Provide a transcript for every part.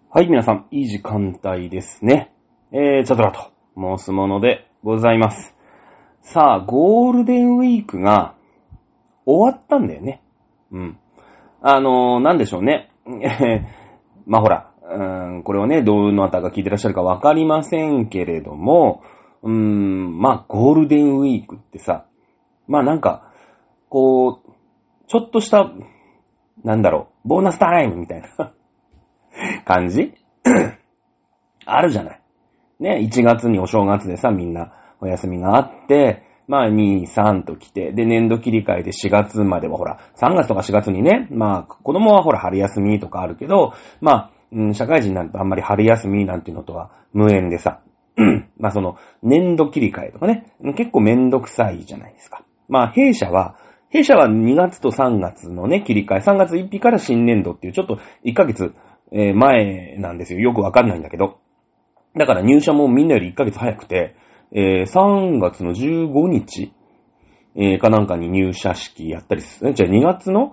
はい、皆さん、いい時間帯ですね。チャドラと申すものでございます。さあ、ゴールデンウィークが終わったんだよね。うん。なんでしょうね。まあ、ほら、これをね、どうのあたが聞いてらっしゃるかわかりませんけれども、まあ、ゴールデンウィークってさ、まあなんか、こう、ちょっとした、ボーナスタイムみたいな感じあるじゃない。ね、1月にお正月でさ、みんなお休みがあって、まあ2、3と来て、で、年度切り替えで4月まではほら、3月とか4月にね、まあ、子供はほら春休みとかあるけど、まあ、社会人になるとあんまり春休みなんていうのとは無縁でさ、まあその、年度切り替えとかね、結構めんどくさいじゃないですか。まあ弊社は2月と3月のね、切り替え、3月1日から新年度っていうちょっと1ヶ月、前なんですよ。よくわかんないんだけど。だから入社もみんなより1ヶ月早くて、3月の15日、かなんかに入社式やったりする。じゃあ2月の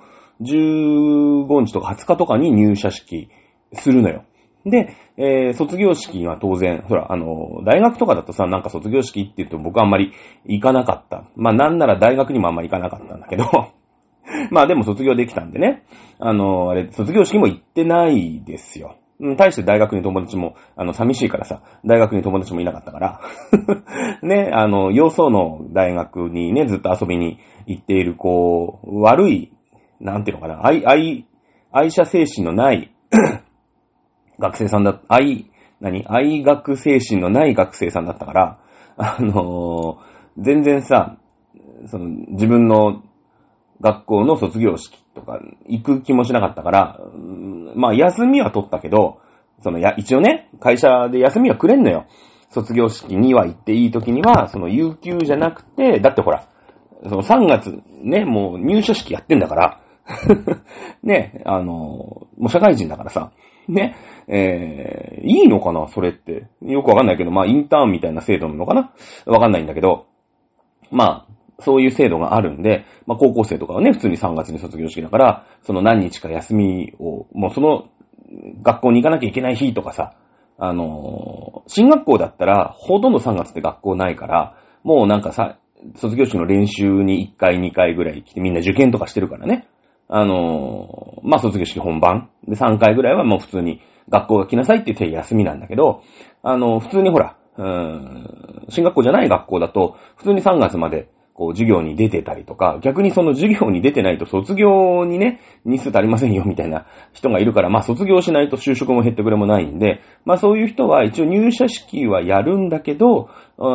15日とか20日とかに入社式するのよ。で、卒業式は当然、ほら、大学とかだとさ、なんか卒業式って言うと僕はあんまり行かなかった。まあなんなら大学にもあんまり行かなかったんだけど、まあでも卒業できたんでね。卒業式も行ってないですよ。対して大学に友達も、寂しいからさ、大学に友達もいなかったから。ね、要素の大学にね、ずっと遊びに行っている、こう、悪い、なんていうのかな、愛者精神のない学生さんだ、愛学精神のない学生さんだったから、全然さ、自分の学校の卒業式とか行く気もしなかったから、まあ休みは取ったけど、一応ね、会社で休みはくれんのよ。卒業式には行っていい時には、有給じゃなくて、だってほら、3月ね、もう入社式やってんだから、ね、もう社会人だからさ、ね、いいのかなそれって。よくわかんないけど、まあインターンみたいな制度なのかなわかんないんだけど、まあ、そういう制度があるんで、まあ高校生とかはね、普通に3月に卒業式だから、その何日か休みを、もうその学校に行かなきゃいけない日とかさ、進学校だったら、ほとんど3月って学校ないから、もうなんかさ、卒業式の練習に1回2回ぐらい来てみんな受験とかしてるからね。まあ卒業式本番で3回ぐらいはもう普通に学校が来なさいって言って休みなんだけど、普通にほら、進学校じゃない学校だと、普通に3月まで、こう、授業に出てたりとか、逆にその授業に出てないと卒業にね、日数足りませんよ、みたいな人がいるから、まあ卒業しないと就職も減ってくれもないんで、まあそういう人は一応入社式はやるんだけど、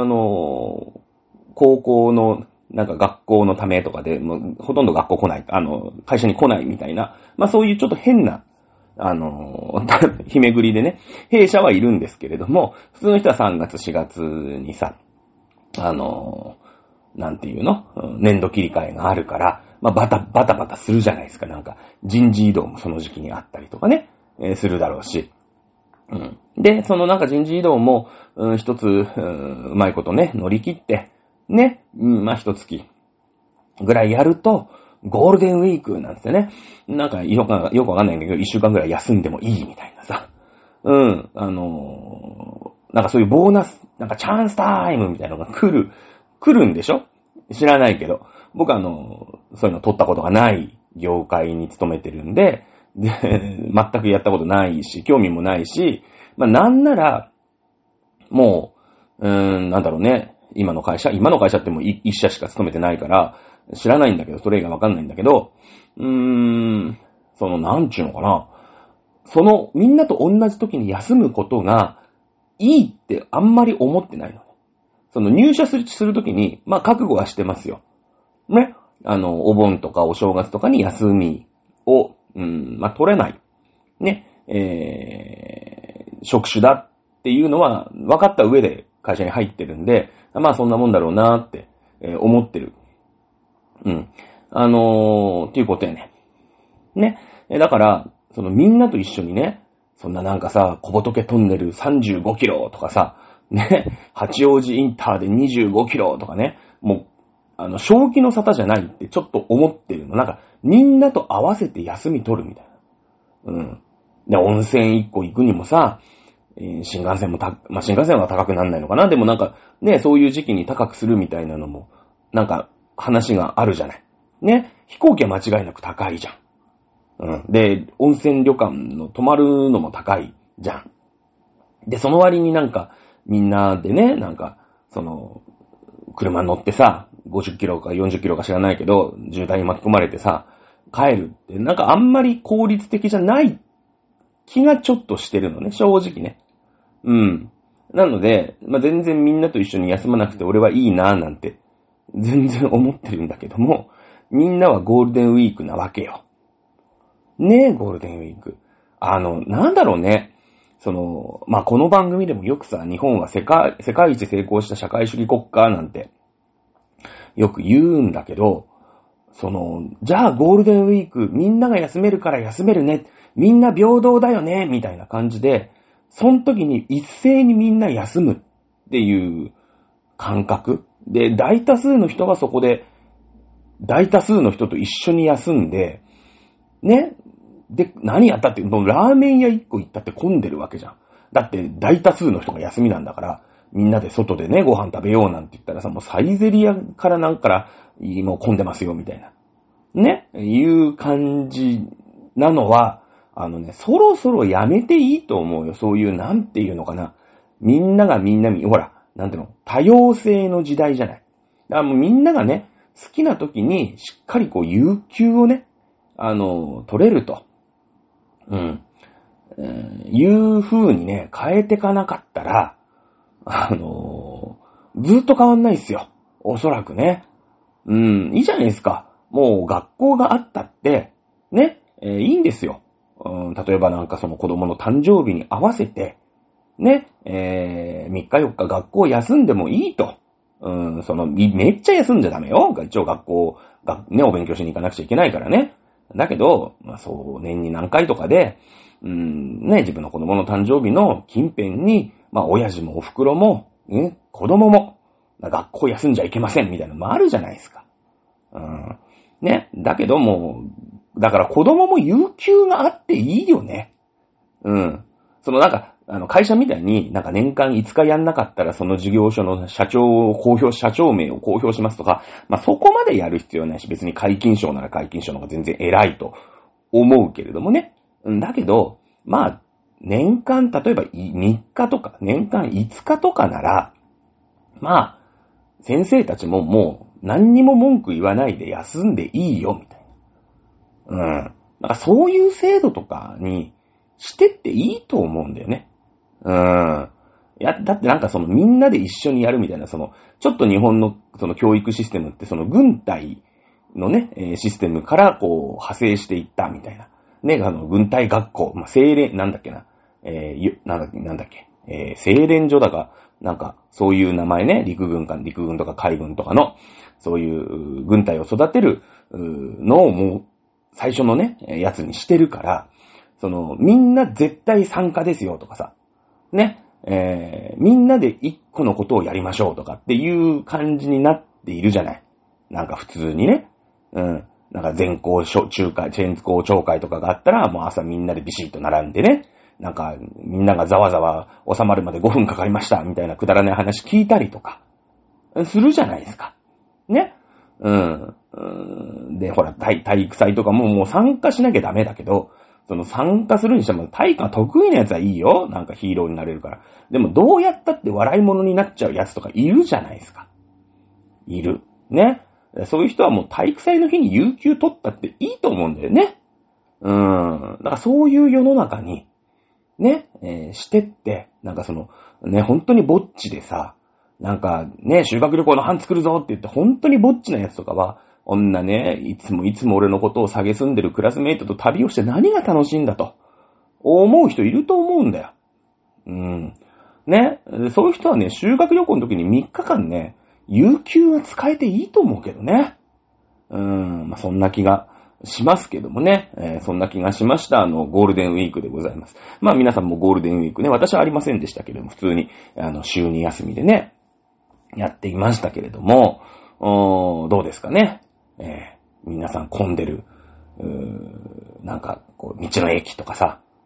高校の、なんか学校のためとかで、もうほとんど学校来ない、会社に来ないみたいな、まあそういうちょっと変な、日めぐりでね、弊社はいるんですけれども、普通の人は3月4月にさ、なんていうの年度切り替えがあるから、まあバタするじゃないですか。なんか人事異動もその時期にあったりとかね、するだろうし。うん。で、そのなんか人事異動も、一つ、うまいことね、乗り切って、ね、まあ一月ぐらいやると、ゴールデンウィークなんですよね。なんかよくわかんないんだけど、一週間ぐらい休んでもいいみたいなさ。なんかそういうボーナス、なんかチャンスタイムみたいなのが来るんでしょ知らないけど。僕そういうの取ったことがない業界に勤めてるんで、全くやったことないし、興味もないし、まあなんなら、もう、なんだろうね、今の会社ってもう一社しか勤めてないから、知らないんだけど、それがわかんないんだけど、なんちゅうのかな、みんなと同じ時に休むことが、いいってあんまり思ってないの。入社する時に、まあ覚悟はしてますよ。ね。お盆とかお正月とかに休みを、まあ取れない。ね。職種だっていうのは分かった上で会社に入ってるんで、まあそんなもんだろうなって、思ってる。っていうことやね。ね。だから、みんなと一緒にね、そんななんかさ、小仏トンネル35キロとかさ、ね、八王子インターで25キロとかね、もう、正気の沙汰じゃないってちょっと思ってるの。なんか、みんなと合わせて休み取るみたいな。 で、温泉1個行くにもさ、新幹線も新幹線は高くなんないのかな。でもなんか、ね、そういう時期に高くするみたいなのも、なんか、話があるじゃない。ね、飛行機は間違いなく高いじゃん。うん。で、温泉旅館の泊まるのも高いじゃん。で、その割になんか、みんなでね、なんか、車に乗ってさ、50キロか40キロか知らないけど、渋滞に巻き込まれてさ、帰るって、なんかあんまり効率的じゃない気がちょっとしてるのね、正直ね。うん。なので、全然みんなと一緒に休まなくて俺はいいなぁなんて、全然思ってるんだけども、みんなはゴールデンウィークなわけよ。ねえ、ゴールデンウィーク。なんだろうね。この番組でもよくさ、日本は世界一成功した社会主義国家なんて、よく言うんだけど、じゃあゴールデンウィーク、みんなが休めるから休めるね。みんな平等だよね。みたいな感じで、その時に一斉にみんな休むっていう感覚。で、大多数の人がそこで、大多数の人と一緒に休んで、ね。で、何やったって、もうラーメン屋一個行ったって混んでるわけじゃん。だって大多数の人が休みなんだから、みんなで外でね、ご飯食べようなんて言ったらさ、もうサイゼリアからなんからもう混んでますよ、みたいな。ね。いう感じなのは、そろそろやめていいと思うよ。そういう、なんていうのかな。みんながみんなほら、なんていうの、多様性の時代じゃない。だからもうみんながね、好きな時にしっかり有給をね、取れると。うん。いう風にね、変えてかなかったら、ずっと変わんないっすよ。おそらくね。うん、いいじゃないですか。もう学校があったって、ね、いいんですよ。例えばなんかその子供の誕生日に合わせて、ね、3日4日学校休んでもいいと。めっちゃ休んじゃダメよ。一応学校ね、お勉強しに行かなくちゃいけないからね。だけど、年に何回とかで、自分の子供の誕生日の近辺に、親父もお袋も、子供も、学校休んじゃいけませんみたいなのもあるじゃないですか。ね。だけども、だから子供も有給があっていいよね。会社みたいに年間5日やんなかったらその事業所の社長名を公表しますとか、そこまでやる必要ないし、別に皆勤賞なら皆勤賞の方が全然偉いと思うけれどもね。だけど、年間、例えば3日とか、年間5日とかなら、先生たちももう何にも文句言わないで休んでいいよ、みたいな。そういう制度とかにしてっていいと思うんだよね。だってみんなで一緒にやるみたいな、ちょっと日本の教育システムって軍隊のね、システムから派生していったみたいな。ね、軍隊学校、精錬、なんだっけ、精錬所だか、そういう名前ね、陸軍とか海軍とかの、そういう軍隊を育てるのをもう、最初のね、やつにしてるから、みんな絶対参加ですよとかさ、ね、みんなで一個のことをやりましょうとかっていう感じになっているじゃない。普通にね。全校中会、全校長会とかがあったら、もう朝みんなでビシッと並んでね。みんながざわざわ収まるまで5分かかりました、みたいなくだらない話聞いたりとか、するじゃないですか。ね。で、ほら、体育祭とかもう参加しなきゃダメだけど、参加するにしても体育が得意なやつはいいよ。ヒーローになれるから。でもどうやったって笑い物になっちゃうやつとかいるじゃないですか。いる。ね。そういう人はもう体育祭の日に有給取ったっていいと思うんだよね。そういう世の中に、ね、してって、本当にぼっちでさ、修学旅行の班作るぞって言って本当にぼっちなやつとかは、女ね、いつも俺のことを蔑んでるクラスメイトと旅をして何が楽しいんだと思う人いると思うんだよ。ね。そういう人はね、修学旅行の時に3日間ね、有給は使えていいと思うけどね。そんな気がしますけどもね。そんな気がしました。ゴールデンウィークでございます。皆さんもゴールデンウィークね、私はありませんでしたけれども、普通に、週2休みでね、やっていましたけれども、どうですかね。皆さん混んでる、道の駅とかさ、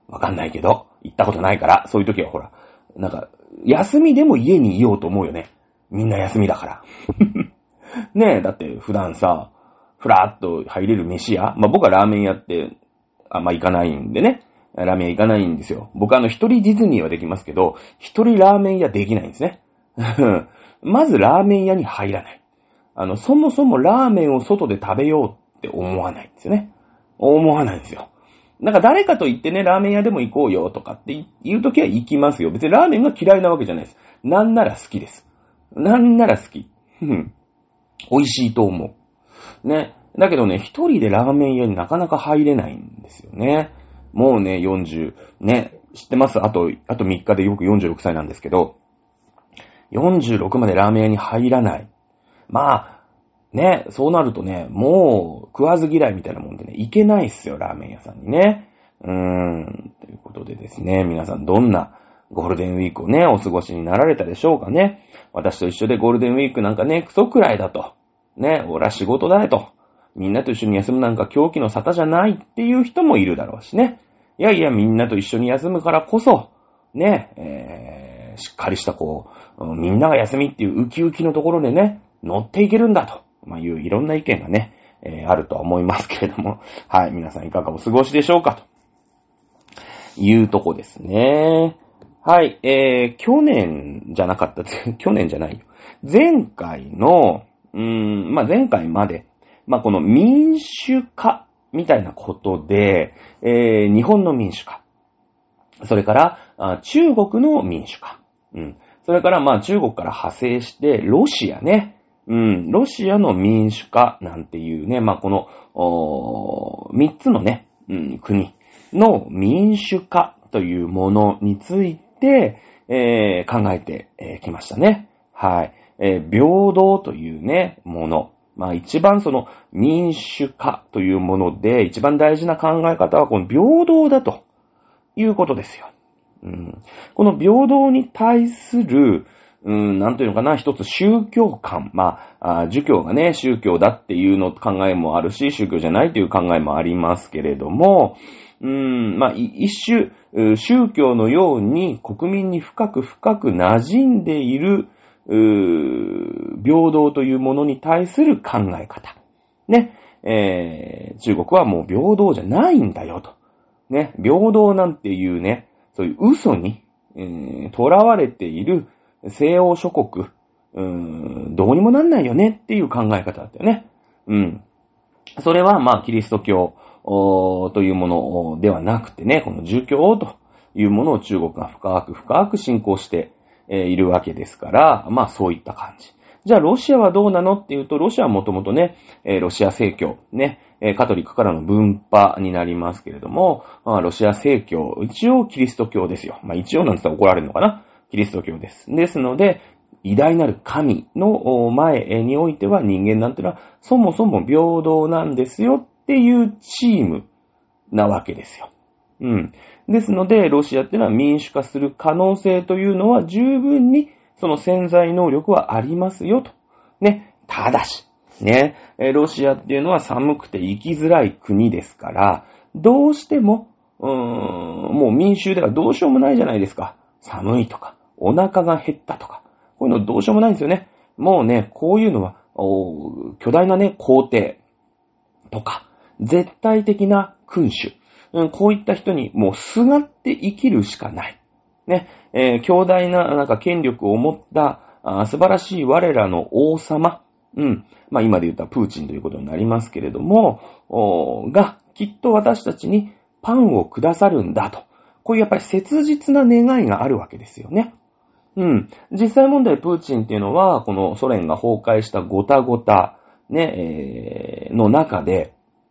わかんないけど、行ったことないから、そういう時はほら、なんか、休みでも家にいようと思うよね。みんな休みだから。ねえ、だって普段さ、ふらっと入れる飯屋、まあ、僕はラーメン屋ってあんま行かないんでね。ラーメン屋行かないんですよ。僕一人ディズニーはできますけど、一人ラーメン屋できないんですね。まずラーメン屋に入らない。そもそもラーメンを外で食べようって思わないんですよね。思わないんですよ。なんか誰かと言ってね、ラーメン屋でも行こうよとかって言うときは行きますよ。別にラーメンが嫌いなわけじゃないです。なんなら好きです。なんなら好き。美味しいと思う。ね。だけどね、一人でラーメン屋になかなか入れないんですよね。もうね、40、ね、知ってます？あと3日で僕46歳なんですけど、46までラーメン屋に入らない。まあ、ね、そうなるとね、もう食わず嫌いみたいなもんでね、行けないっすよ、ラーメン屋さんにね。ということでですね、皆さんどんなゴールデンウィークをね、お過ごしになられたでしょうかね。私と一緒でゴールデンウィークなんかね、クソくらいだと。ね、俺は仕事だよと。みんなと一緒に休むなんか狂気の沙汰じゃないっていう人もいるだろうしね。いやいや、みんなと一緒に休むからこそ、ね、しっかりしたみんなが休みっていうウキウキのところでね、乗っていけるんだと。まあ、いういろんな意見がね、あるとは思いますけれども、はい、皆さんいかがお過ごしでしょうかというとこですね。はい、去年じゃなかった、去年じゃないよ。前回の、まあ、前回まで、まあ、この民主化みたいなことで、日本の民主化、それから中国の民主化、それからまあ中国から派生してロシアね、ロシアの民主化なんていうね、まあ、この、3つのね、国の民主化というものについて、考えてきましたね。はい。平等というね、もの。まあ、一番その民主化というもので、一番大事な考え方はこの平等だということですよ。この平等に対する、なんていうのかな、一つ宗教観。まあ、儒教がね、宗教だっていうの考えもあるし、宗教じゃないという考えもありますけれども、まあ、一種、宗教のように国民に深く深く馴染んでいる、平等というものに対する考え方。ね、中国はもう平等じゃないんだよと。ね、平等なんていうね、そういう嘘に、囚われている西欧諸国、どうにもなんないよねっていう考え方だったよね。それはまあキリスト教というものではなくてね、この儒教というものを中国が深く深く信仰しているわけですから、まあそういった感じ。じゃあロシアはどうなのっていうと、ロシアはもともとね、ロシア正教、ね、カトリックからの分派になりますけれども、ロシア正教、一応キリスト教ですよ。まあ一応なんて言ったら怒られるのかな？キリスト教です。ですので、偉大なる神の前においては人間なんてのはそもそも平等なんですよっていうチームなわけですよ。ですので、ロシアっていうのは民主化する可能性というのは十分にその潜在能力はありますよと。ね。ただし、ね。ロシアっていうのは寒くて生きづらい国ですから、どうしても、もう民衆ではどうしようもないじゃないですか。寒いとか、お腹が減ったとか。こういうのどうしようもないんですよね。もうね、こういうのは、巨大なね、皇帝とか、絶対的な君主。こういった人にもうすがって生きるしかない。ね、強大ななんか権力を持った素晴らしい我らの王様。まあ今で言ったプーチンということになりますけれども、がきっと私たちにパンをくださるんだと。こういうやっぱり切実な願いがあるわけですよね。実際問題プーチンっていうのは、このソ連が崩壊したごたごた、ね、の中で、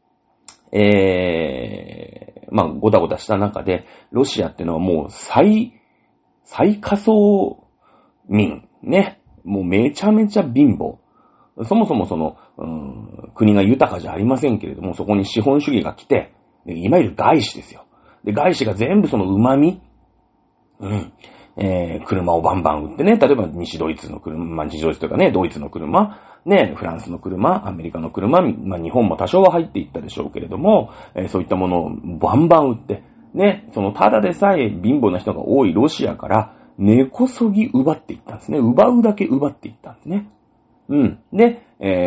まあ、ごたごたした中で、ロシアっていうのはもう最下層民、ね、もうめちゃめちゃ貧乏。そもそもその、国が豊かじゃありませんけれども、そこに資本主義が来て、いわゆる外資ですよ。で、外資が全部その旨味、車をバンバン売ってね、例えば西ドイツの車、西ドイツというかね、ドイツの車、ね、フランスの車、アメリカの車、まあ日本も多少は入っていったでしょうけれども、そういったものをバンバン売って、 ね、そのただでさえ貧乏な人が多いロシアから根こそぎ奪っていったんですね。奪うだけ奪っていったんですね。うん。で、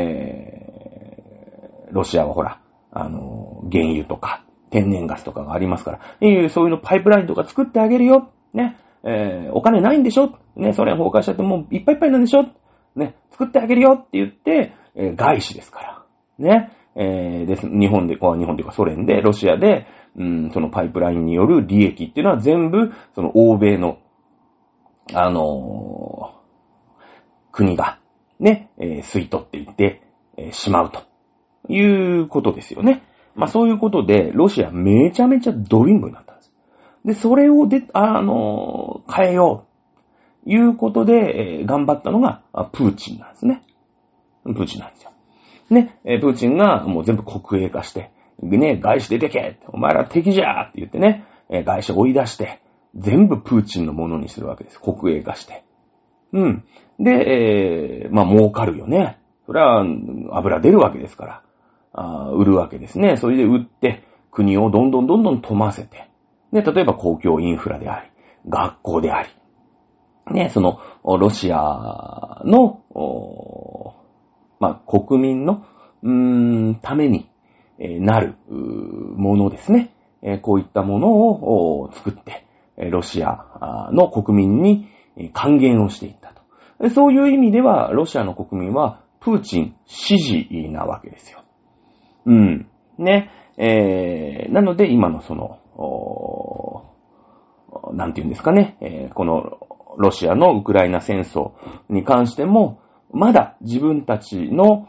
ロシアはほら、原油とか天然ガスとかがありますから、そういうのパイプラインとか作ってあげるよ。ね。お金ないんでしょね、ソ連崩壊しちゃってもういっぱいいっぱいなんでしょね、作ってあげるよって言って、外資ですから。ね。日本というかソ連で、ロシアで、そのパイプラインによる利益っていうのは全部、その欧米の、国が、ね、吸い取っていって、しまうということですよね。まあそういうことで、ロシアめちゃめちゃド貧乏になったんです。で、それを変えようということで、頑張ったのが、プーチンなんですね。プーチンなんですよ。ね、プーチンがもう全部国営化して、ね、外資出てけお前ら敵じゃーって言ってね、外資追い出して、全部プーチンのものにするわけです。国営化して。うん。で、まあ儲かるよね。それは油出るわけですから、売るわけですね。それで売って、国をどんどん富ませて、ね、例えば公共インフラであり、学校であり、ね、その、ロシアの、まあ、国民の、ためになるものですね。こういったものを作って、ロシアの国民に還元をしていったと。そういう意味では、ロシアの国民は、プーチン支持なわけですよ。うん。ね。なので、今のその、なんていうんですかね、この、ロシアのウクライナ戦争に関しても、まだ自分たちの、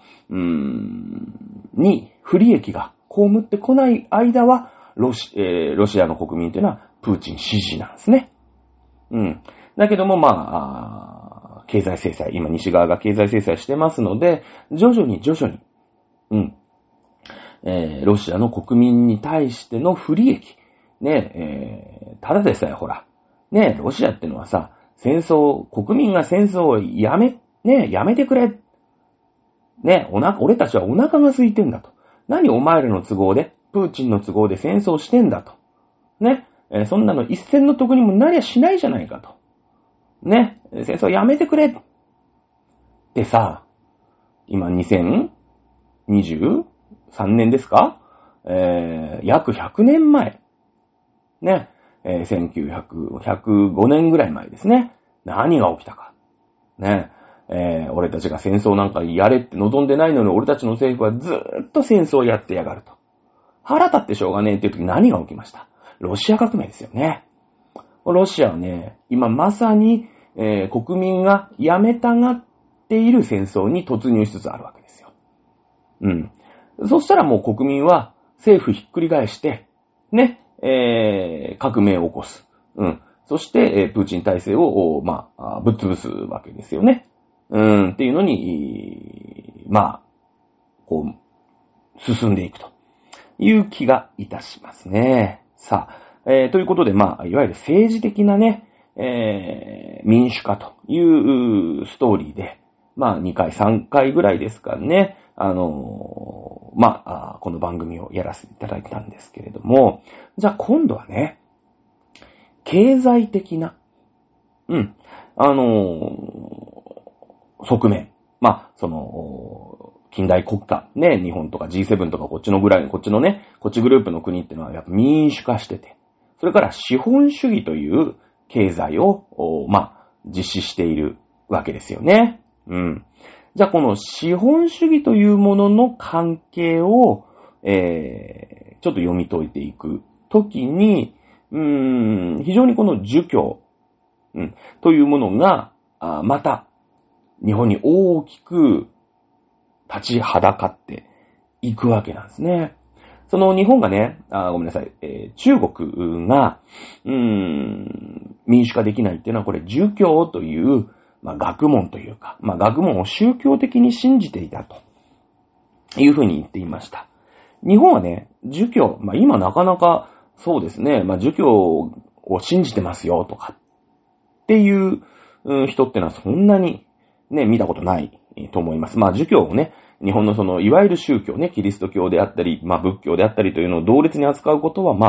に不利益が被ってこない間は、ロシアの国民というのはプーチン支持なんですね。うん。だけども、まあ、経済制裁、今西側が経済制裁してますので、徐々に、うん。ロシアの国民に対しての不利益。ね、ただでさえほら、ね、ロシアってのはさ、国民が戦争をやめてくれ。ね、俺たちはお腹が空いてんだと。何お前らの都合で、プーチンの都合で戦争してんだと。ね、そんなの一銭の得にもなりゃしないじゃないかと。ね、戦争やめてくれ。ってさ、今2023年ですか？約100年前。ね、105年ぐらい前ですね。何が起きたか。ね、俺たちが戦争なんかやれって望んでないのに俺たちの政府はずーっと戦争をやってやがると。腹立ってしょうがねえっていう時何が起きました？ロシア革命ですよね。ロシアはね、今まさに、国民がやめたがっている戦争に突入しつつあるわけですよ。うん。そしたらもう国民は政府ひっくり返して、ね、革命を起こす。うん。そして、プーチン体制を、まあ、ぶっ潰すわけですよね。っていうのに、まあ、こう、進んでいくという気がいたしますね。さあ、ということで、まあ、いわゆる政治的なね、民主化というストーリーで、まあ、2回、3回ぐらいですかね、まあ、この番組をやらせていただいたんですけれども、じゃあ今度はね、経済的な、側面。まあ、近代国家、ね、日本とか G7 とかこっちのね、こっちグループの国っていうのはやっぱ民主化してて、それから資本主義という経済を、まあ、実施しているわけですよね。うん。じゃあこの資本主義というものの関係を、ちょっと読み解いていくときに、非常にこの儒教、というものが、また、日本に大きく立ちはだかっていくわけなんですね。その日本がね、ごめんなさい、中国が、民主化できないっていうのはこれ儒教という、まあ学問というか、まあ学問を宗教的に信じていたというふうに言っていました。日本はね、儒教、まあ今なかなかそうですね、まあ儒教を信じてますよとかっていう人ってのはそんなにね、見たことないと思います。まあ儒教をね、日本のいわゆる宗教ね、キリスト教であったり、まあ仏教であったりというのを同列に扱うことはまあ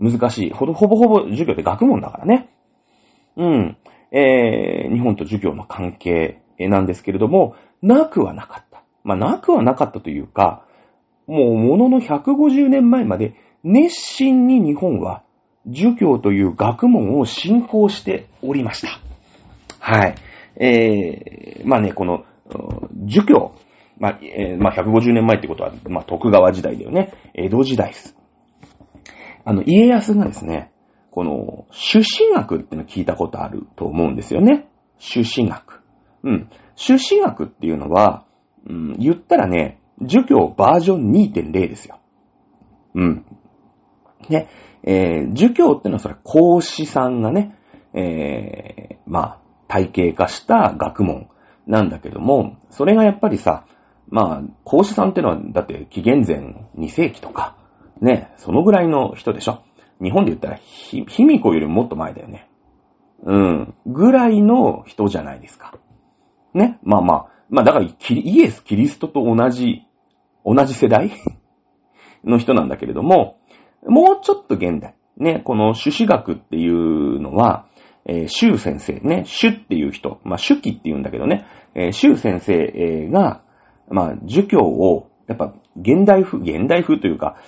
難しい。ほぼほぼ儒教って学問だからね。うん。日本と儒教の関係なんですけれども、なくはなかった。まあ、なくはなかったというか、もうものの150年前まで熱心に日本は儒教という学問を信仰しておりました。はい。まあね、この儒教、まあ150年前ってことは、まあ徳川時代だよね。江戸時代です。家康がですね、この朱子学っての聞いたことあると思うんですよね。朱子学。うん。朱子学っていうのは、言ったらね、儒教バージョン 2.0 ですよ。うん。ね、儒教ってのはそれ孔子さんがね、まあ、体系化した学問なんだけども、それがやっぱりさ、まあ、孔子さんってのは、だって紀元前2世紀とか、ね、そのぐらいの人でしょ。日本で言ったら、卑弥呼よりももっと前だよね。うん。ぐらいの人じゃないですか。ね。まあ、だから、イエス・キリストと同じ世代の人なんだけれども、もうちょっと現代。ね、この朱子学っていうのは、朱先生ね、朱っていう人、まあ、朱記って言うんだけどね、朱先生が、まあ、儒教を、やっぱ、現代風というか、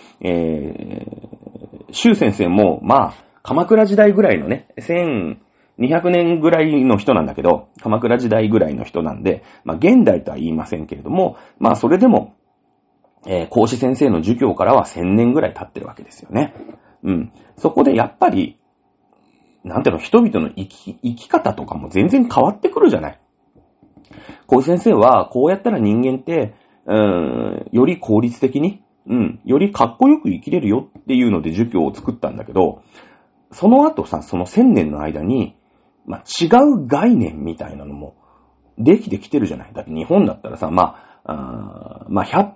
朱先生も、まあ、鎌倉時代ぐらいのね、1200年ぐらいの人なんだけど、鎌倉時代ぐらいの人なんで、まあ、現代とは言いませんけれども、まあ、それでも、孔子先生の儒教からは1000年ぐらい経ってるわけですよね。うん。そこでやっぱり、なんていうの、人々の生き方とかも全然変わってくるじゃない。孔子先生は、こうやったら人間って、より効率的に、よりかっこよく生きれるよっていうので儒教を作ったんだけど、その後さ、その1000年の間に、まあ、違う概念みたいなのもできてきてるじゃない。だって日本だったらさ、まあ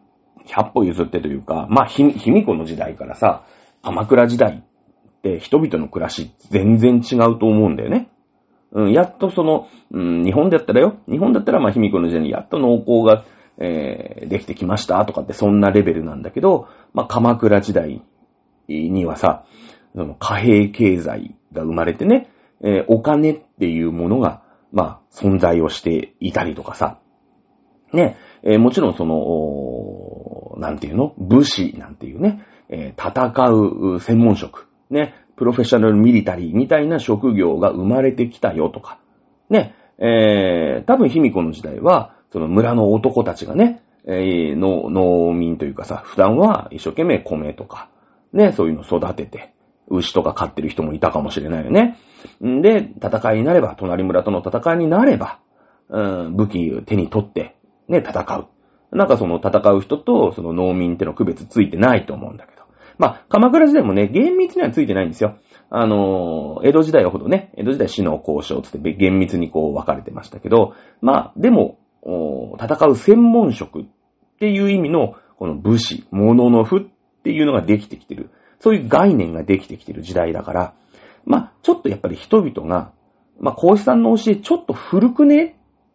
100歩譲ってというか、まあ、卑弥呼の時代からさ、鎌倉時代って人々の暮らし全然違うと思うんだよね。やっとその、日本だったらまあ卑弥呼の時代にやっと農耕が、できてきましたとかってそんなレベルなんだけど、まあ、鎌倉時代にはさ、その貨幣経済が生まれてね、お金っていうものが、まあ、存在をしていたりとかさ、ね、もちろんその、なんていうの？武士なんていうね、戦う専門職、ね、プロフェッショナルミリタリーみたいな職業が生まれてきたよとか、ね、多分卑弥呼の時代は、その村の男たちがね、農民というかさ、普段は一生懸命米とか、ね、そういうのを育てて、牛とか飼ってる人もいたかもしれないよね。で、戦いになれば、隣村との戦いになれば、武器を手に取って、ね、戦う。なんかその戦う人とその農民っての区別ついてないと思うんだけど。まあ、鎌倉時代もね、厳密にはついてないんですよ。江戸時代ほどね、江戸時代死の交渉つって厳密にこう分かれてましたけど、まあ、でも、戦う専門職っていう意味の、この武士、物の符っていうのができてきてる。そういう概念ができてきてる時代だから、まあ、ちょっとやっぱり人々が、まあ、孔子さんの教えちょっと古くね、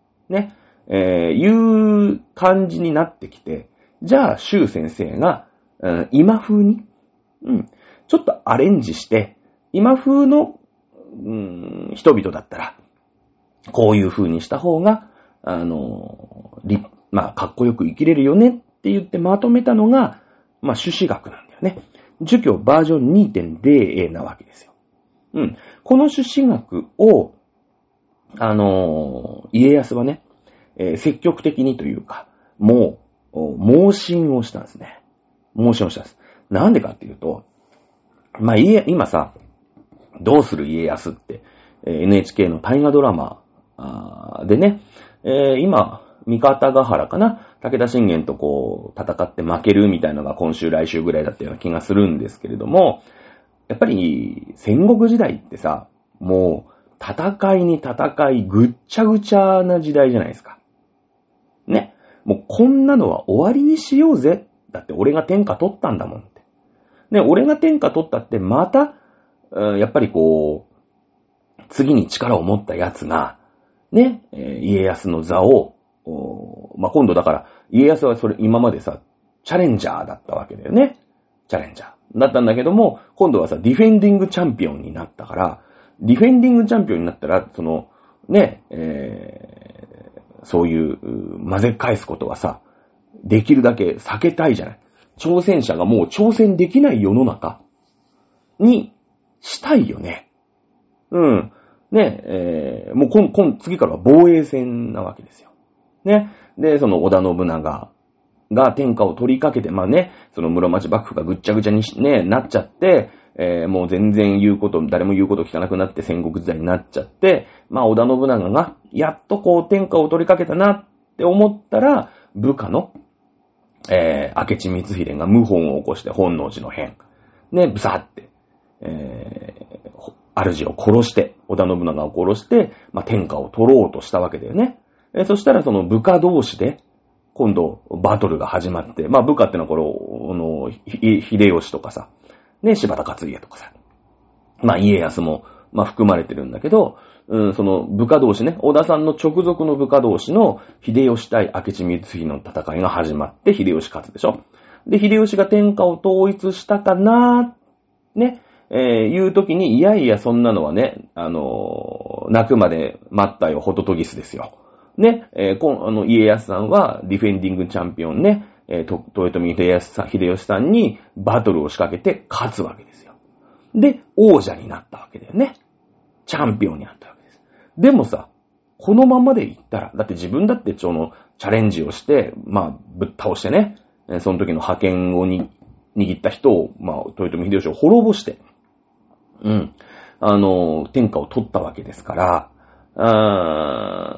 いう感じになってきて、じゃあ、周先生が、今風に、ちょっとアレンジして、今風の、人々だったら、こういう風にした方が、まあ、かっこよく生きれるよねって言ってまとめたのが、まあ、朱子学なんだよね。儒教バージョン 2.0 なわけですよ。この朱子学を、家康はね、積極的にというか、もう、盲信をしたんですね。盲信をしたんです。なんでかっていうと、まあ、今さ、どうする家康って、NHK の大河ドラマでね、今、三方ヶ原かな、武田信玄とこう、戦って負けるみたいなのが今週来週ぐらいだったような気がするんですけれども、やっぱり戦国時代ってさ、もう戦いに戦いぐっちゃぐちゃな時代じゃないですか。ね。もうこんなのは終わりにしようぜ。だって俺が天下取ったんだもんって。ね、俺が天下取ったってまた、やっぱりこう、次に力を持ったやつが、ね、家康の座を、まあ、今度だから、家康はそれ今までさ、チャレンジャーだったわけだよね。 チャレンジャーだったんだけども、今度はさ、ディフェンディングチャンピオンになったから、ディフェンディングチャンピオンになったら、そういう混ぜ返すことはさ、できるだけ避けたいじゃない。挑戦者がもう挑戦できない世の中にしたいよね。うん。ね、もう次からは防衛戦なわけですよ。ね。で、その織田信長が天下を取りかけて、まあね、その室町幕府がぐっちゃぐちゃになっちゃって、もう全然誰も言うこと聞かなくなって戦国時代になっちゃって、まあ織田信長がやっとこう天下を取りかけたなって思ったら、部下の、明智光秀が謀反を起こして本能寺の変。ね、ブサって、主を殺して、織田信長を殺して、まあ天下を取ろうとしたわけだよね。そしたらその部下同士で、今度バトルが始まって、まあ部下ってのは秀吉とかさ、ね、柴田勝家とかさ、まあ家康も、まあ含まれてるんだけど、その部下同士ね、織田さんの直属の部下同士の秀吉対明智光秀の戦いが始まって、秀吉勝つでしょ。で、秀吉が天下を統一したかなね、いう時に、いやいやそんなのはね、泣くまで待ったよ、ホトトギスですよ。ね、家康さんはディフェンディングチャンピオンね、豊臣秀吉さんにバトルを仕掛けて勝つわけですよ。で、王者になったわけだよね。チャンピオンになったわけです。でもさ、このままでいったら、だって自分だってチャレンジをして、まあ、ぶっ倒してね、その時の覇権を握った人を、まあ、豊臣秀吉を滅ぼして、天下を取ったわけですから、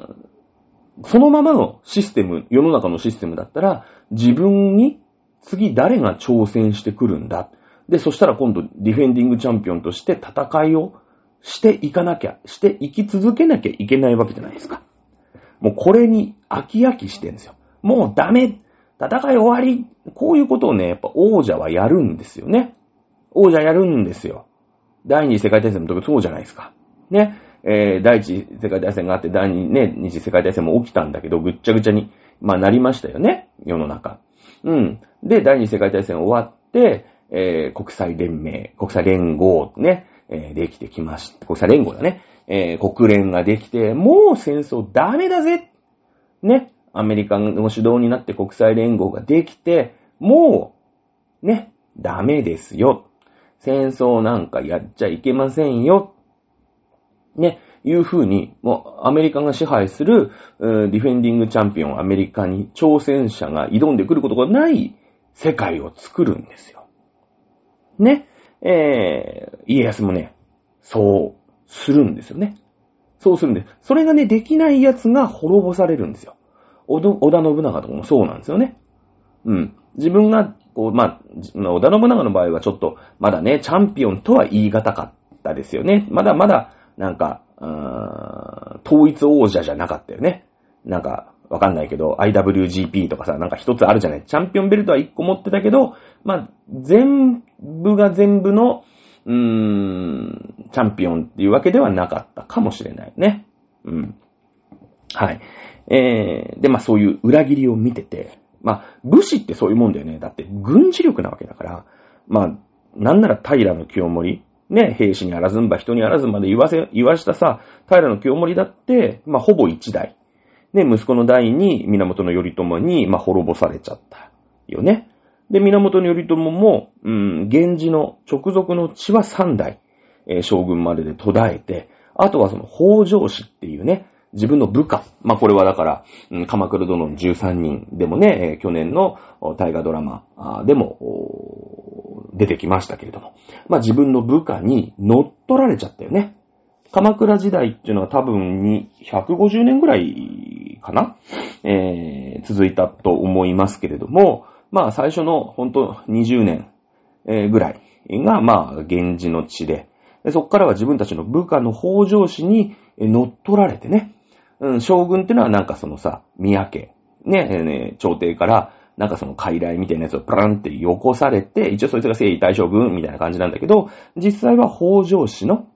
そのままのシステム、世の中のシステムだったら、自分に次誰が挑戦してくるんだ。で、そしたら今度ディフェンディングチャンピオンとして戦いをしていき続けなきゃいけないわけじゃないですか。もうこれに飽きしてるんですよ。もうダメ。戦い終わり。こういうことをね、やっぱ王者はやるんですよね。王者やるんですよ。第二次世界大戦の時そうじゃないですか。ね。第一次世界大戦があって、第二次世界大戦も起きたんだけど、ぐっちゃぐちゃに、まあなりましたよね。世の中。で、第二次世界大戦終わって、国際連合ね、できてきました。国際連合だね。国連ができて、もう戦争ダメだぜ。ね。アメリカの主導になって国際連合ができて、もう、ね、ダメですよ。戦争なんかやっちゃいけませんよ。ね、いう風に、もうアメリカが支配するディフェンディングチャンピオンアメリカに挑戦者が挑んでくることがない世界を作るんですよ。ね。家康もね、そうするんですよね。そうするんです。それがね、できない奴が滅ぼされるんですよ。織田信長とかもそうなんですよね。自分が、織田信長の場合はちょっと、まだね、チャンピオンとは言い難かったですよね。まだまだ、なんか、統一王者じゃなかったよね。なんか、わかんないけど、IWGP とかさ、なんか一つあるじゃない。チャンピオンベルトは一個持ってたけど、まあ、全部が全部の、チャンピオンっていうわけではなかったかもしれないね。はい。で、まあそういう裏切りを見てて、まあ、武士ってそういうもんだよね。だって軍事力なわけだから、まあ、なんなら平清盛、ね、兵士にあらずんば人にあらずんまで言わしたさ、平清盛だって、まあほぼ一代。ね、息子の代に源頼朝に、まあ滅ぼされちゃったよね。で、源頼朝も、源氏の直属の血は三代、将軍までで途絶えて、あとはその北条氏っていうね、自分の部下。まあ、これはだから、鎌倉殿の13人でもね、去年の大河ドラマでも出てきましたけれども。まあ、自分の部下に乗っ取られちゃったよね。鎌倉時代っていうのは多分に150年ぐらいかな、続いたと思いますけれども、まあ、最初の本当20年ぐらいが、まあ、源氏の地で、そこからは自分たちの部下の北条氏に乗っ取られてね、将軍ってのはなんかそのさ、宮家、ね、朝廷から、なんかその傀儡みたいなやつをプランってよこされて、一応そいつが征夷大将軍みたいな感じなんだけど、実際は北条氏の、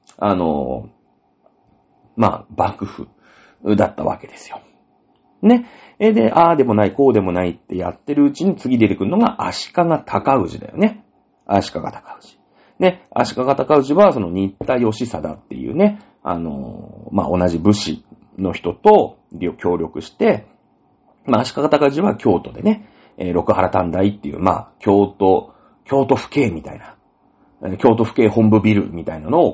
まあ、幕府だったわけですよ。ね。で、ああでもない、こうでもないってやってるうちに次出てくるのが足利尊氏だよね。 足利尊氏。ね、足利尊氏はその新田義貞っていうね、同じ武士の人と協力して、足利尊氏は京都でね、六原短大っていう、京都府警みたいな、京都府警本部ビルみたいなのを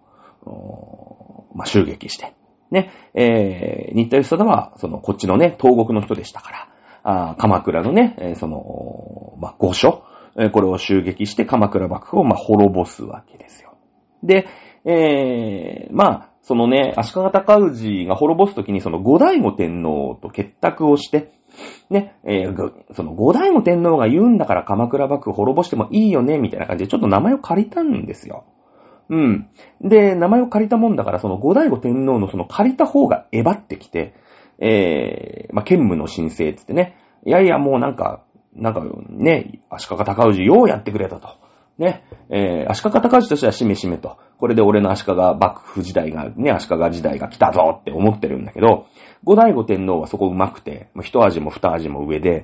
襲撃して、ね、新田義貞は、こっちのね、東国の人でしたから、鎌倉のね、御所、これを襲撃して鎌倉幕府を滅ぼすわけですよ。で、そのね、足利尊氏が滅ぼすときにその後醍醐天皇と結託をして、ね、その後醍醐天皇が言うんだから鎌倉幕府滅ぼしてもいいよね、みたいな感じでちょっと名前を借りたんですよ。うん。で、名前を借りたもんだから、その後醍醐天皇のその借りた方がえばってきて、兼務の申請つってね、いやいやもうなんかね、足利尊氏ようやってくれたと。ね、足利尊氏としてはしめしめと。これで俺の足利幕府時代が、ね、足利時代が来たぞって思ってるんだけど、後醍醐天皇はそこ上手くて、一味も二味も上で、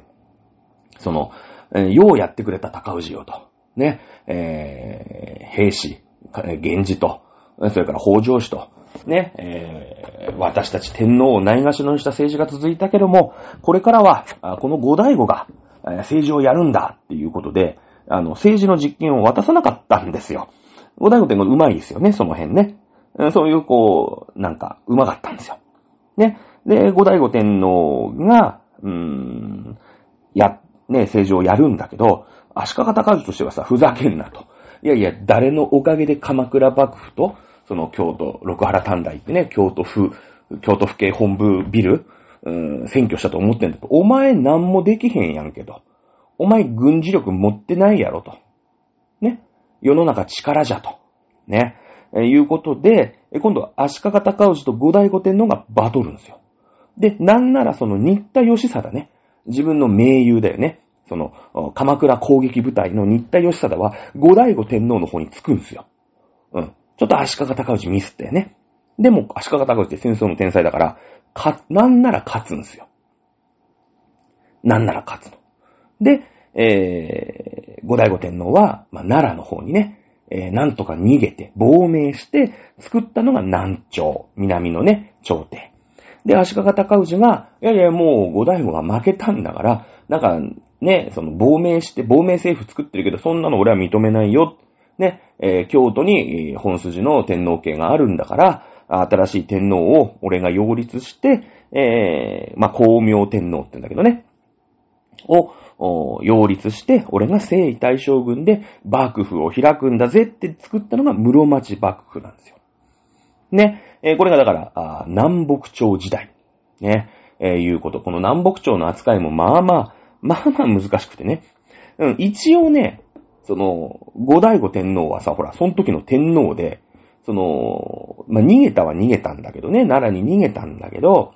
ようやってくれた尊氏よと。ね、兵士、源氏と、それから北条氏と、ね、私たち天皇をないがしろにした政治が続いたけども、これからは、この後醍醐が、政治をやるんだっていうことで、政治の実権を渡さなかったんですよ。後醍醐天皇上手いですよね、その辺ね。そういう、上手かったんですよ。ね。で、後醍醐天皇が、政治をやるんだけど、足利尊氏としてはさ、ふざけんなと。いやいや、誰のおかげで鎌倉幕府と、その京都、六原短大ってね、京都府警本部ビル、占拠したと思ってんだと。お前なんもできへんやんけど。お前軍事力持ってないやろと。ね。世の中力じゃと。ね。いうことで、今度は足利尊氏と後醍醐天皇がバトるんですよ。で、なんならその新田義貞ね。自分の盟友だよね。その、鎌倉攻撃部隊の新田義貞は後醍醐天皇の方につくんですよ。うん。ちょっと足利尊氏ミスったよね。でも足利尊氏って戦争の天才だから、なんなら勝つんですよ。なんなら勝つの。で、後醍醐天皇は、奈良の方にね、なんとか逃げて、亡命して、作ったのが南朝、南のね、朝廷。で、足利尊氏が、いやいや、もう後醍醐が負けたんだから、なんか、ね、その亡命政府作ってるけど、そんなの俺は認めないよ。ね、京都に本筋の天皇家があるんだから、新しい天皇を俺が擁立して、光明天皇って言うんだけどね、を擁立して、俺が征夷大将軍で幕府を開くんだぜって作ったのが室町幕府なんですよ。ね、これがだから、南北朝時代。ね、いうこと。この南北朝の扱いもまあまあ難しくてね。うん、一応ね、後醍醐天皇はさ、ほら、その時の天皇で、逃げたは逃げたんだけどね、奈良に逃げたんだけど、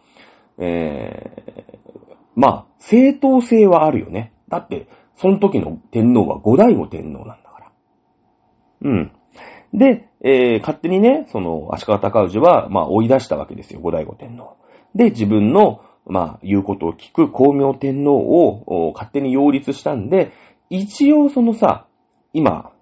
正当性はあるよね。だって、その時の天皇は後醍醐天皇なんだから。うん。で、勝手にね、足利尊氏は、追い出したわけですよ、後醍醐天皇。で、自分の、言うことを聞く光明天皇を勝手に擁立したんで、一応今、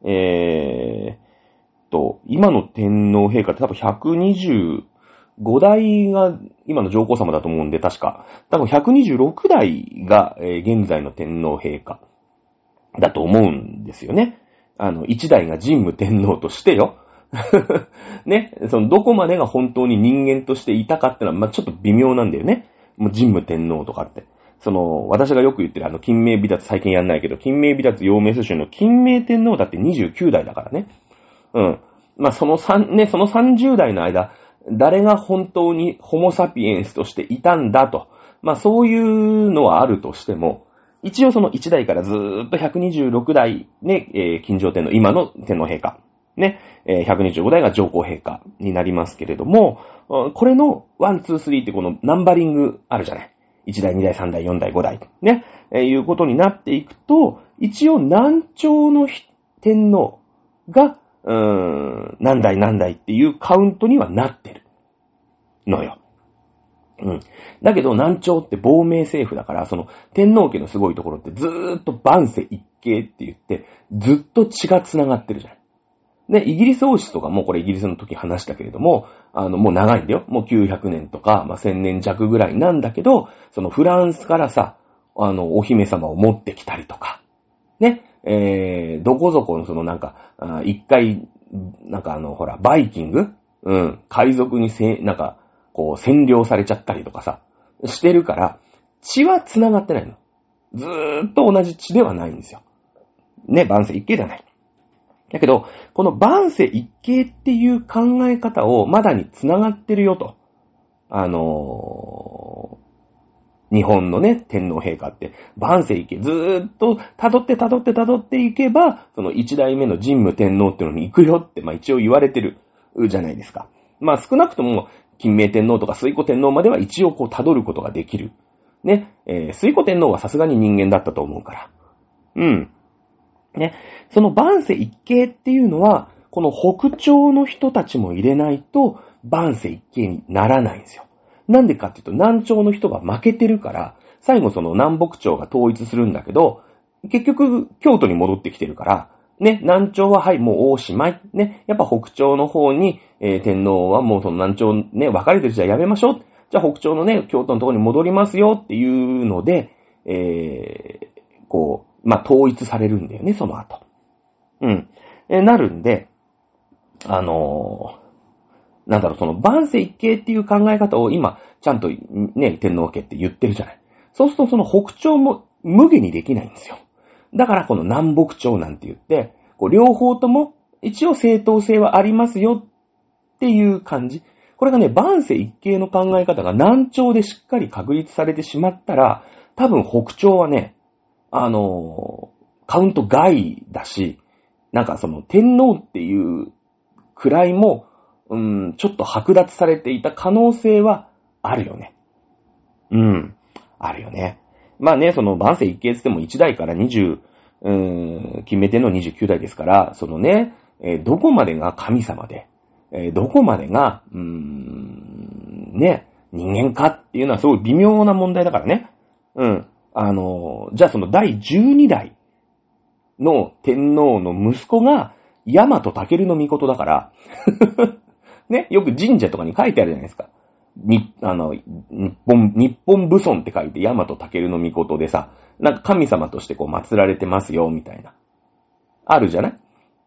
今の天皇陛下って多分125代が今の上皇様だと思うんで、確か。多分126代が、現在の天皇陛下だと思うんですよね。一代が神武天皇としてよ。ね、どこまでが本当に人間としていたかってのは、ちょっと微妙なんだよね。もう神武天皇とかって。私がよく言ってる金明美達最近やんないけど、金明美達陽明祖宗の金明天皇だって29代だからね。うん。その30代の間、誰が本当にホモサピエンスとしていたんだと。そういうのはあるとしても、一応1代からずーっと126代ね、金城天皇、今の天皇陛下。ね、125代が上皇陛下になりますけれども、これの1、2、3ってこのナンバリングあるじゃない。1代、2代、3代、4代、5代。ね、いうことになっていくと、一応南朝の天皇が、何代っていうカウントにはなってるのよ。 うん。だけど南朝って亡命政府だから、その天皇家のすごいところってずーっと万世一系って言って、ずっと血が繋がってるじゃん。で、イギリス王室とかも、これイギリスの時話したけれども、もう長いんだよ。もう900年とか、1000年弱ぐらいなんだけど、そのフランスからさ、お姫様を持ってきたりとか、ね、どこぞこのそのなんか、一回、なんかほら、バイキング海賊になんか、こう、占領されちゃったりとかさ、してるから、血は繋がってないの。ずーっと同じ血ではないんですよ。ね、万世一系じゃない。だけど、この万世一系っていう考え方をまだに繋がってるよと。日本のね、天皇陛下って、万世一系ずーっと辿っていけば、その一代目の神武天皇っていうのに行くよって、一応言われてるじゃないですか。少なくとも、金明天皇とか推古天皇までは一応こう辿ることができる。ね、推古天皇はさすがに人間だったと思うから。うん。ね、その万世一系っていうのは、この北朝の人たちも入れないと、万世一系にならないんですよ。なんでかっていうと、南朝の人が負けてるから、最後その南北朝が統一するんだけど、結局、京都に戻ってきてるから、ね、南朝ははい、もうおしまい。ね、やっぱ北朝の方に、天皇はもうその南朝ね、分かれてるじゃやめましょう。じゃあ北朝のね、京都のところに戻りますよっていうので、こう、統一されるんだよね、その後。うん。なるんで、なんだろう、その万世一系っていう考え方を今、ちゃんとね、天皇家って言ってるじゃない。そうするとその北朝も無下にできないんですよ。だからこの南北朝なんて言って、こう両方とも一応正当性はありますよっていう感じ。これがね、万世一系の考え方が南朝でしっかり確立されてしまったら、多分北朝はね、カウント外だし、なんかその天皇っていう位も、ちょっと剥奪されていた可能性はあるよね。あるよね。その万世一系って言っても1代から20、金明天皇29代ですから、そのね、どこまでが神様で、どこまでが、ね、人間かっていうのはすごい微妙な問題だからね。じゃあその第12代の天皇の息子が、大和武の命だから、ね、よく神社とかに書いてあるじゃないですか。日本武尊って書いて大和武の命でさ、なんか神様としてこう祀られてますよ、みたいな。あるじゃない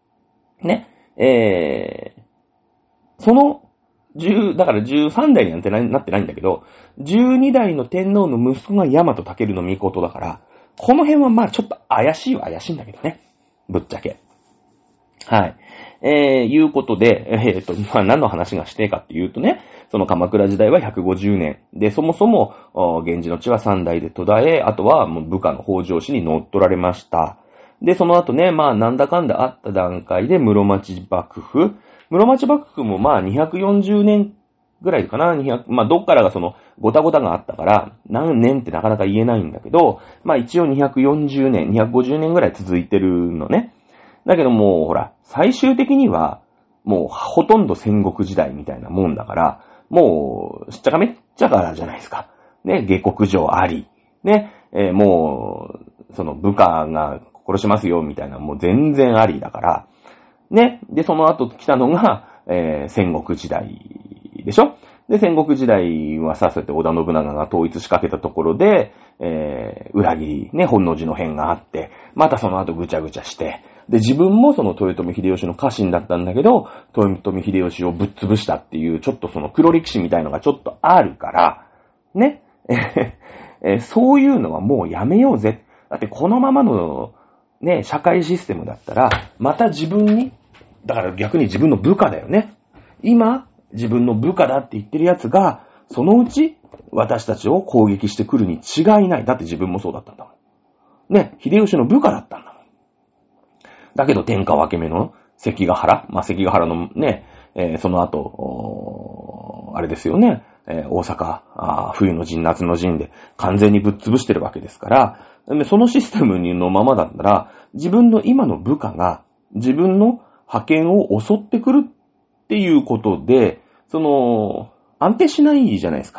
ね。その、だから13代になんてなってないんだけど、12代の天皇の息子が大和武の命だから、この辺はちょっと怪しいは怪しいんだけどね。ぶっちゃけ。はい。いうことで、何の話がしてかっていうとね、その鎌倉時代は150年。で、そもそも、源氏の地は3代で途絶え、あとはもう部下の北条氏に乗っ取られました。で、その後ね、なんだかんだあった段階で室町幕府。室町幕府も240年ぐらいかな、どっからがその、ごたごたがあったから、何年ってなかなか言えないんだけど、一応240年、250年ぐらい続いてるのね。だけどもう、ほら、最終的には、もう、ほとんど戦国時代みたいなもんだから、もう、しっちゃかめっちゃからじゃないですか。ね、下克上あり。ね、もう、その部下が殺しますよ、みたいな、もう全然ありだから。ね、で、その後来たのが、戦国時代でしょ。で、戦国時代はさせて織田信長が統一しかけたところで、裏切り、ね、本能寺の変があって、またその後ぐちゃぐちゃして、で、自分もその豊臣秀吉の家臣だったんだけど、豊臣秀吉をぶっ潰したっていう、ちょっとその黒歴史みたいのがちょっとあるから、ね、そういうのはもうやめようぜ。だってこのままの、ね、社会システムだったら、また自分に、だから逆に自分の部下だよね。今、自分の部下だって言ってるやつが、そのうち私たちを攻撃してくるに違いない。だって自分もそうだったんだもん。ね、秀吉の部下だったんだもん。だけど天下分け目の関ヶ原、関ヶ原のね、その後、あれですよね、大阪、冬の陣、夏の陣で完全にぶっ潰してるわけですから、そのシステムのままだったら、自分の今の部下が自分の覇権を襲ってくるっていうことで、安定しないじゃないですか。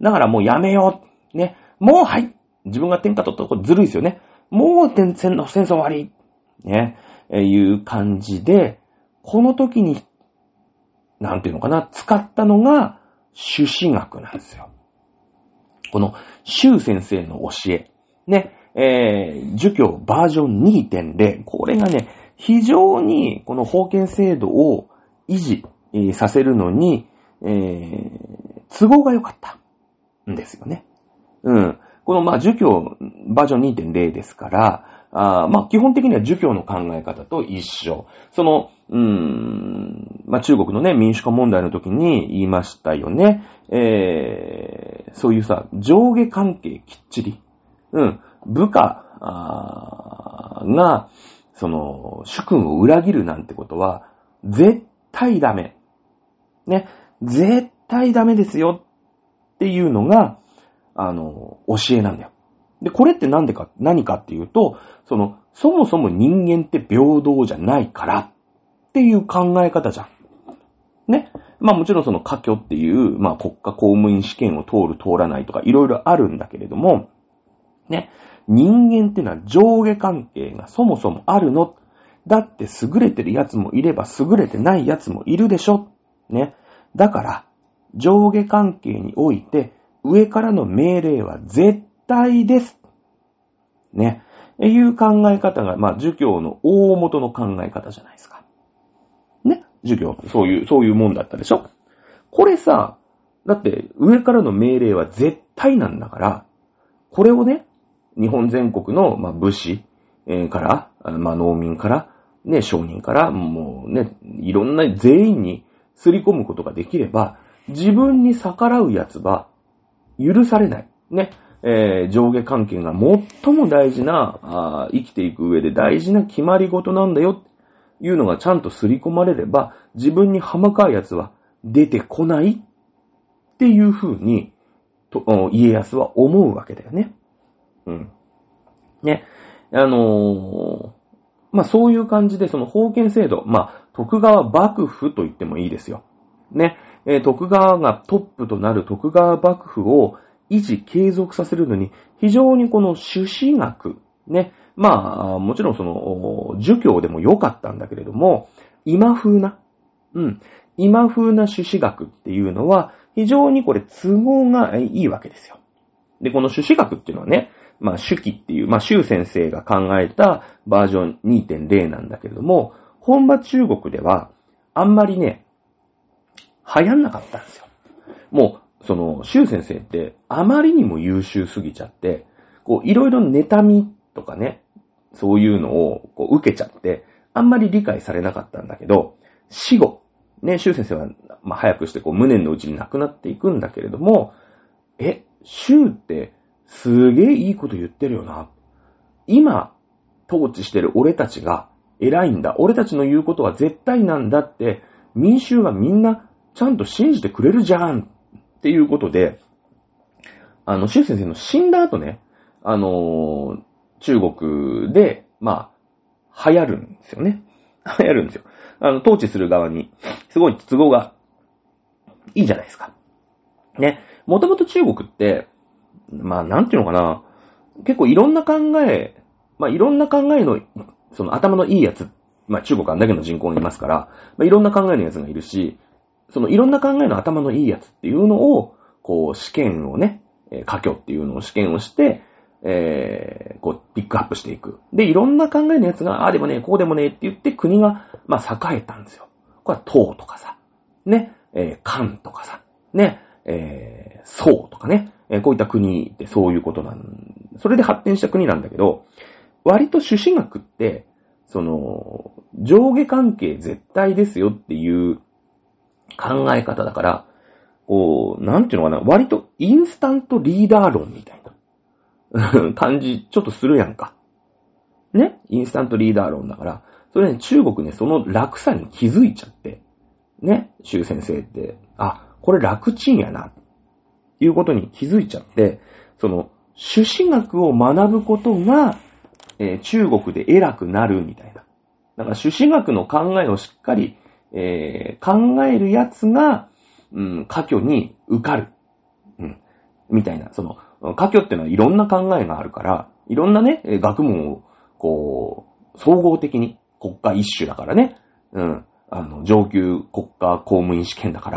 だからもうやめよう。ね。もうはい。自分が天下取ったとこずるいですよね。もう戦争終わり。ね。いう感じで、この時に、なんていうのかな、使ったのが、朱子学なんですよ。この、周先生の教え。ね。儒教バージョン 2.0。これがね、非常に、この封建制度を維持、させるのに、都合が良かったんですよね。うん。この、儒教バージョン 2.0 ですから、基本的には儒教の考え方と一緒。その、中国のね、民主化問題の時に言いましたよね。そういうさ、上下関係きっちり。部下が、その、主君を裏切るなんてことは、絶対ダメ。ね。絶対ダメですよっていうのが、教えなんだよ。で、これって何かっていうと、そもそも人間って平等じゃないからっていう考え方じゃん。ね。もちろんその科挙っていう、国家公務員試験を通る通らないとかいろいろあるんだけれども、ね。人間ってのは上下関係がそもそもあるの。だって優れてるやつもいれば優れてないやつもいるでしょ。ね。だから、上下関係において上からの命令は絶対です。ね。いう考え方が、儒教の大元の考え方じゃないですか。ね。儒教、そういうもんだったでしょ。これさ、だって上からの命令は絶対なんだから、これをね、日本全国の、武士、から、農民から、ね、商人から、もうね、いろんな全員にすり込むことができれば、自分に逆らうやつは許されない。ね。上下関係が最も大事な、生きていく上で大事な決まり事なんだよっていうのがちゃんとすり込まれれば、自分に歯向かうやつは出てこないっていう風に、家康は思うわけだよね。うん。ね。そういう感じで、その封建制度、徳川幕府と言ってもいいですよ。ね。徳川がトップとなる徳川幕府を維持継続させるのに、非常にこの朱子学、ね。もちろんその、儒教でも良かったんだけれども、今風な朱子学っていうのは、非常にこれ都合がいいわけですよ。で、この朱子学っていうのはね、朱記っていう、朱先生が考えたバージョン 2.0 なんだけれども、本場中国では、あんまりね、流行んなかったんですよ。もう、その、朱先生って、あまりにも優秀すぎちゃって、いろいろ妬みとかね、そういうのを受けちゃって、あんまり理解されなかったんだけど、死後、ね、朱先生は、早くして無念のうちに亡くなっていくんだけれども、朱って、すげえいいこと言ってるよな。今、統治してる俺たちが偉いんだ。俺たちの言うことは絶対なんだって、民衆はみんなちゃんと信じてくれるじゃんっていうことで、朱先生の死んだ後ね、中国で、流行るんですよね。流行るんですよ。統治する側に、すごい都合がいいじゃないですか。ね。もともと中国って、なんていうのかな。結構いろんな考えの、その頭のいいやつ、中国あんだけの人口がいますから、いろんな考えのやつがいるし、そのいろんな考えの頭のいいやつっていうのを、試験をね、科挙っていうのを試験をして、ピックアップしていく。で、いろんな考えのやつが、ああでもね、こうでもねって言って国が、栄えたんですよ。これは唐とかさ、ね、漢とかさ、ね、宋とかね、こういった国ってそういうことそれで発展した国なんだけど、割と朱子学って、その、上下関係絶対ですよっていう考え方だから、なんていうのかな、割とインスタントリーダー論みたいな感じ、ちょっとするやんか。ね？インスタントリーダー論だから、それね、中国ね、その楽さに気づいちゃって、ね、朱先生って、これ楽ちんやな、いうことに気づいちゃって、その、朱子学を学ぶことが、中国で偉くなるみたいな。だから朱子学の考えをしっかり、考えるやつが、科挙に受かる。 みたいな、その、科挙ってのはいろんな考えがあるから、いろんなね、学問を、こう、総合的に国家一種だからね、上級国家公務員試験だから、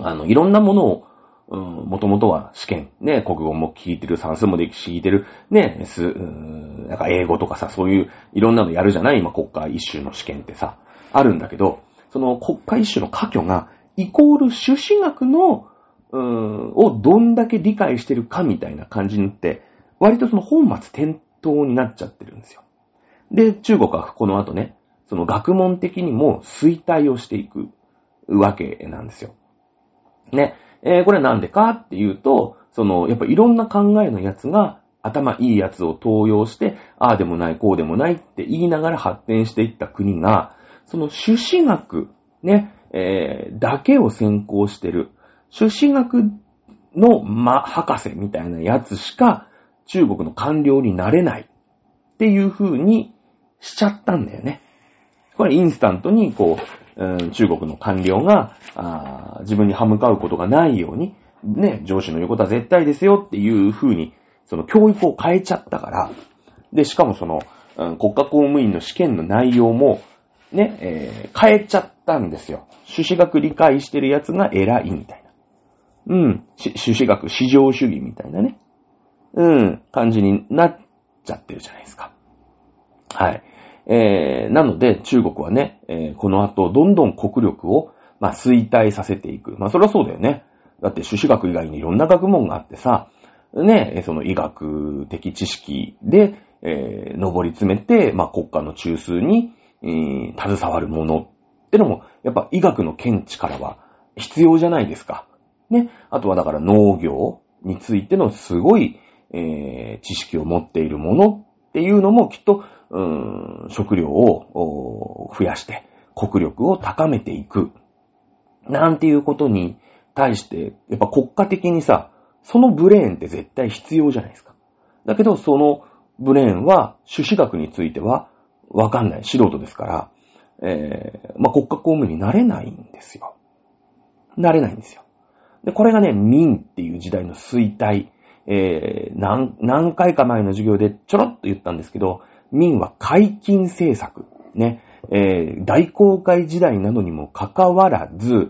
いろんなものを、もともとは試験、ね、国語も聞いてる、算数も聞いてる、ね、なんか英語とかさ、そういういろんなのやるじゃない今国家一種の試験ってさ、あるんだけど、その国家一種の科挙が、イコール朱子学の、をどんだけ理解してるかみたいな感じになって、割とその本末転倒になっちゃってるんですよ。で、中国はこの後ね、その学問的にも衰退をしていくわけなんですよ。ね。これはなんでかっていうと、その、やっぱいろんな考えのやつが、頭いいやつを登用して、ああでもない、こうでもないって言いながら発展していった国が、その朱子学、ね、だけを専攻してる、朱子学の、博士みたいなやつしか、中国の官僚になれないっていう風にしちゃったんだよね。これインスタントにこう、中国の官僚が自分に歯向かうことがないように、ね、上司の言うことは絶対ですよっていう風に、その教育を変えちゃったから、で、しかもその、国家公務員の試験の内容も、ね、変えちゃったんですよ。朱子学理解してるやつが偉いみたいな。朱子学至上主義みたいなね。感じになっちゃってるじゃないですか。はい。なので中国はね、この後どんどん国力を、衰退させていく。それはそうだよね。だって朱子学以外にいろんな学問があってさ、ね、その医学的知識で、上り詰めて、国家の中枢に、携わるものってのも、やっぱ医学の見地からは必要じゃないですか。ね。あとはだから農業についてのすごい、知識を持っているものっていうのもきっと、食料を増やして国力を高めていくなんていうことに対してやっぱ国家的にさ、そのブレーンって絶対必要じゃないですか。だけどそのブレーンは朱子学についてはわかんない素人ですから、国家公務員になれないんですよ。なれないんですよ。でこれがね、明っていう時代の衰退、何回か前の授業でちょろっと言ったんですけど、明は解禁政策、ね、大航海時代などにもかかわらず、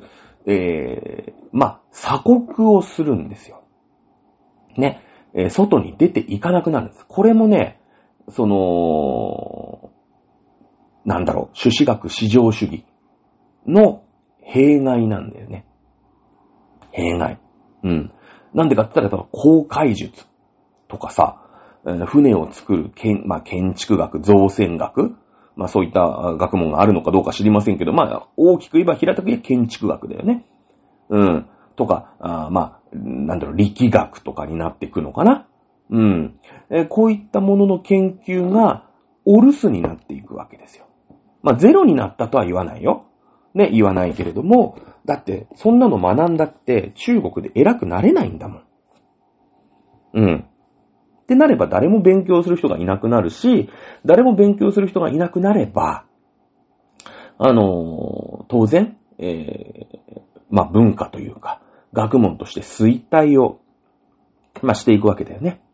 鎖国をするんですよ。ね、外に出ていかなくなるんです。これもね、その、朱子学至上主義の弊害なんだよね。弊害。なんでかって言ったら、航海術とかさ、船を作る建築学、造船学、そういった学問があるのかどうか知りませんけど、大きく言えば平たく言えば建築学だよね。とか、力学とかになっていくのかな。こういったものの研究がお留守になっていくわけですよ。ゼロになったとは言わないよ。ね、言わないけれども、だって、そんなの学んだって中国で偉くなれないんだもん。ってなれば誰も勉強する人がいなくなるし、誰も勉強する人がいなくなれば、当然、文化というか、学問として衰退を、していくわけだよね。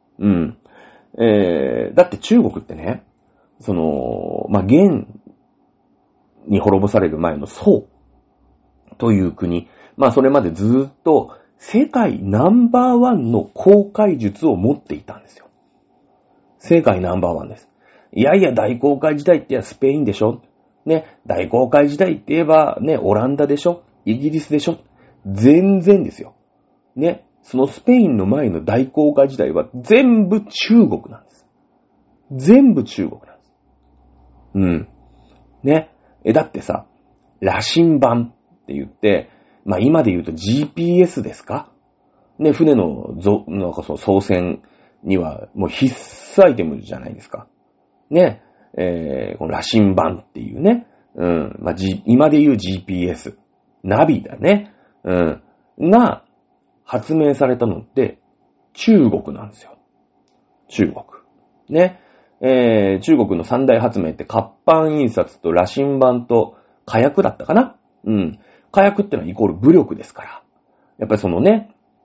だって中国ってね、元に滅ぼされる前の宋という国、それまでずっと世界ナンバーワンの航海術を持っていたんですよ。世界ナンバーワンです。いやいや、大航海時代って言えばスペインでしょね、大航海時代って言えばね、オランダでしょイギリスでしょ全然ですよ。ね、そのスペインの前の大航海時代は全部中国なんです。全部中国なんです。ね。だってさ、羅針盤って言って、今で言うと GPS ですかね、船の操船にはもう必須アイテムじゃないですか。ね、この羅針盤っていうね、今で言う GPS、ナビだね、が発明されたのって中国なんですよ。中国。ね。中国の三大発明って活版印刷と羅針盤と火薬だったかな。火薬ってのはイコール武力ですから。やっぱりそのね、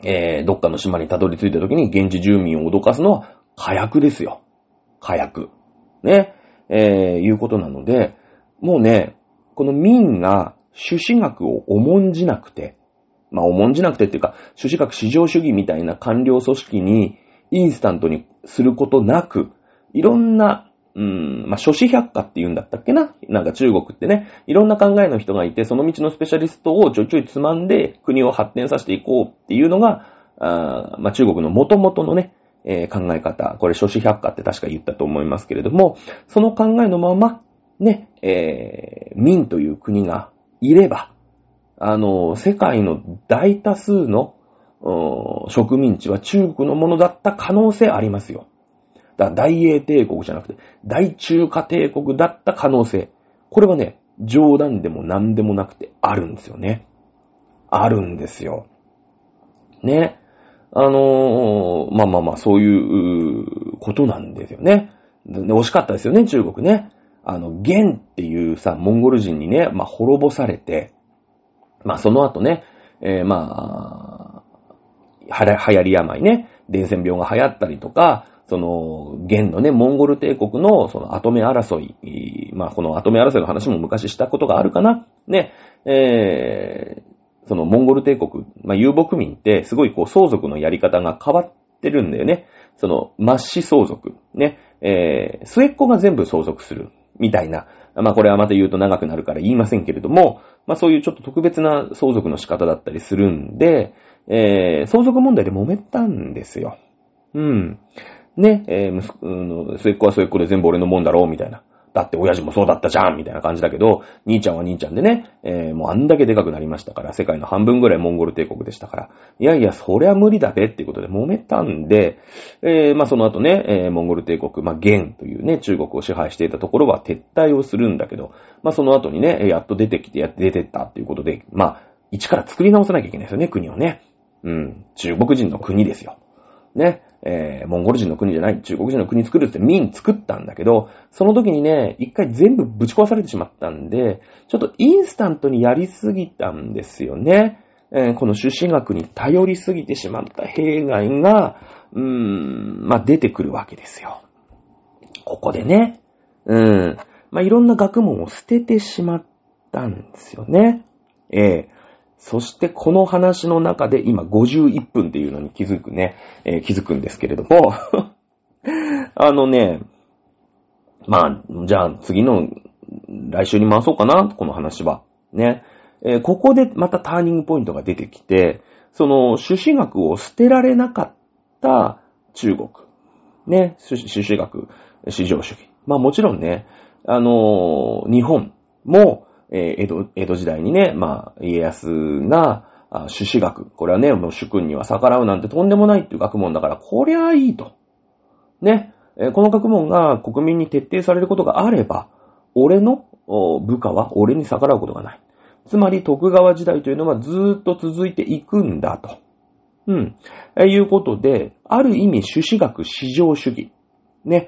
どっかの島にたどり着いた時に現地住民を脅かすのは火薬ですよ。火薬。ね。いうことなので、もうね、この民が朱子学を重んじなくて、重んじなくてっていうか、朱子学至上主義みたいな官僚組織にインスタントにすることなく、いろんな、諸子百科って言うんだったっけな？なんか中国ってね、いろんな考えの人がいて、その道のスペシャリストをちょいちょいつまんで国を発展させていこうっていうのが、中国の元々のね、考え方。これ諸子百科って確か言ったと思いますけれども、その考えのまま、ね、民という国がいれば、世界の大多数の植民地は中国のものだった可能性ありますよ。だから大英帝国じゃなくて、大中華帝国だった可能性。これはね、冗談でも何でもなくてあるんですよね。あるんですよ。ね。そういうことなんですよね。で惜しかったですよね、中国ね。元っていうさ、モンゴル人にね、滅ぼされて、その後ね、流行り病ね、伝染病が流行ったりとか、その、元のね、モンゴル帝国の、その、跡目争い、この跡目争いの話も昔したことがあるかな。ね、その、モンゴル帝国、遊牧民って、すごい相続のやり方が変わってるんだよね。その、末子相続。ね、末っ子が全部相続する。みたいな。これはまた言うと長くなるから言いませんけれども、そういうちょっと特別な相続の仕方だったりするんで、相続問題で揉めたんですよ。うん。ね、末っ子は末っ子で全部俺のもんだろう、みたいな。だって親父もそうだったじゃん、みたいな感じだけど、兄ちゃんは兄ちゃんでね、もうあんだけでかくなりましたから、世界の半分ぐらいモンゴル帝国でしたから、いやいや、そりゃ無理だべっていうことで揉めたんで、その後ね、モンゴル帝国、元というね、中国を支配していたところは撤退をするんだけど、その後にね、やっと出てったっていうことで、一から作り直さなきゃいけないですよね、国をね。うん、中国人の国ですよ。ね。モンゴル人の国じゃない、中国人の国作るって民作ったんだけど、その時にね、一回全部ぶち壊されてしまったんで、ちょっとインスタントにやりすぎたんですよね。この朱子学に頼りすぎてしまった弊害が、出てくるわけですよ。ここでね。いろんな学問を捨ててしまったんですよね。そしてこの話の中で今51分っていうのに気づくんですけれどもじゃあ次の来週に回そうかな、この話は。ね。ここでまたターニングポイントが出てきて、その朱子学を捨てられなかった中国。ね。朱子学、至上主義。もちろんね、日本も、江戸時代にね、家康が、朱子学。これはね、もう主君には逆らうなんてとんでもないっていう学問だから、こりゃいいと。ね。この学問が国民に徹底されることがあれば、俺の部下は俺に逆らうことがない。つまり徳川時代というのはずーっと続いていくんだと。いうことで、ある意味朱子学至上主義。ね。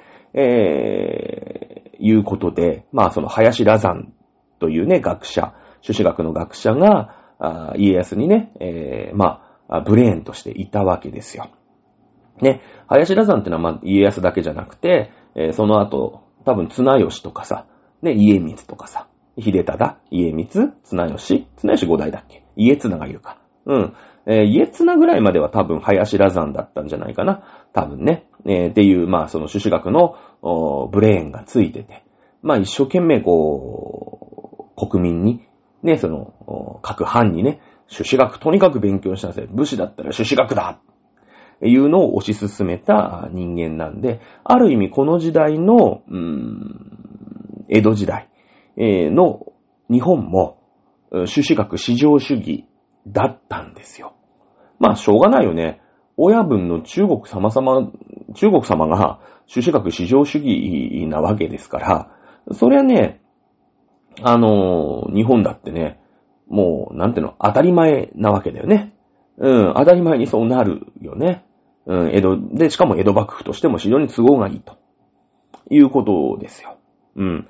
いうことで、その林羅山というね、学者、朱子学の学者が、家康にね、ブレーンとしていたわけですよ。ね、林羅山ってのは家康だけじゃなくて、その後、多分綱吉とかさ、ね、家光とかさ、秀忠、家光、綱吉5代だっけ？家綱がいるか。家綱ぐらいまでは多分林羅山だったんじゃないかな。多分ね。っていう、その朱子学のブレーンがついてて、一生懸命国民に、ね、その、各藩にね、朱子学とにかく勉強しなさい。武士だったら朱子学だいうのを推し進めた人間なんで、ある意味この時代の、江戸時代の日本も、朱子学至上主義だったんですよ。しょうがないよね。親分の中国様が朱子学至上主義なわけですから、そりゃね、日本だってね、もう、当たり前なわけだよね。当たり前にそうなるよね。江戸で、しかも江戸幕府としても非常に都合がいいということですよ。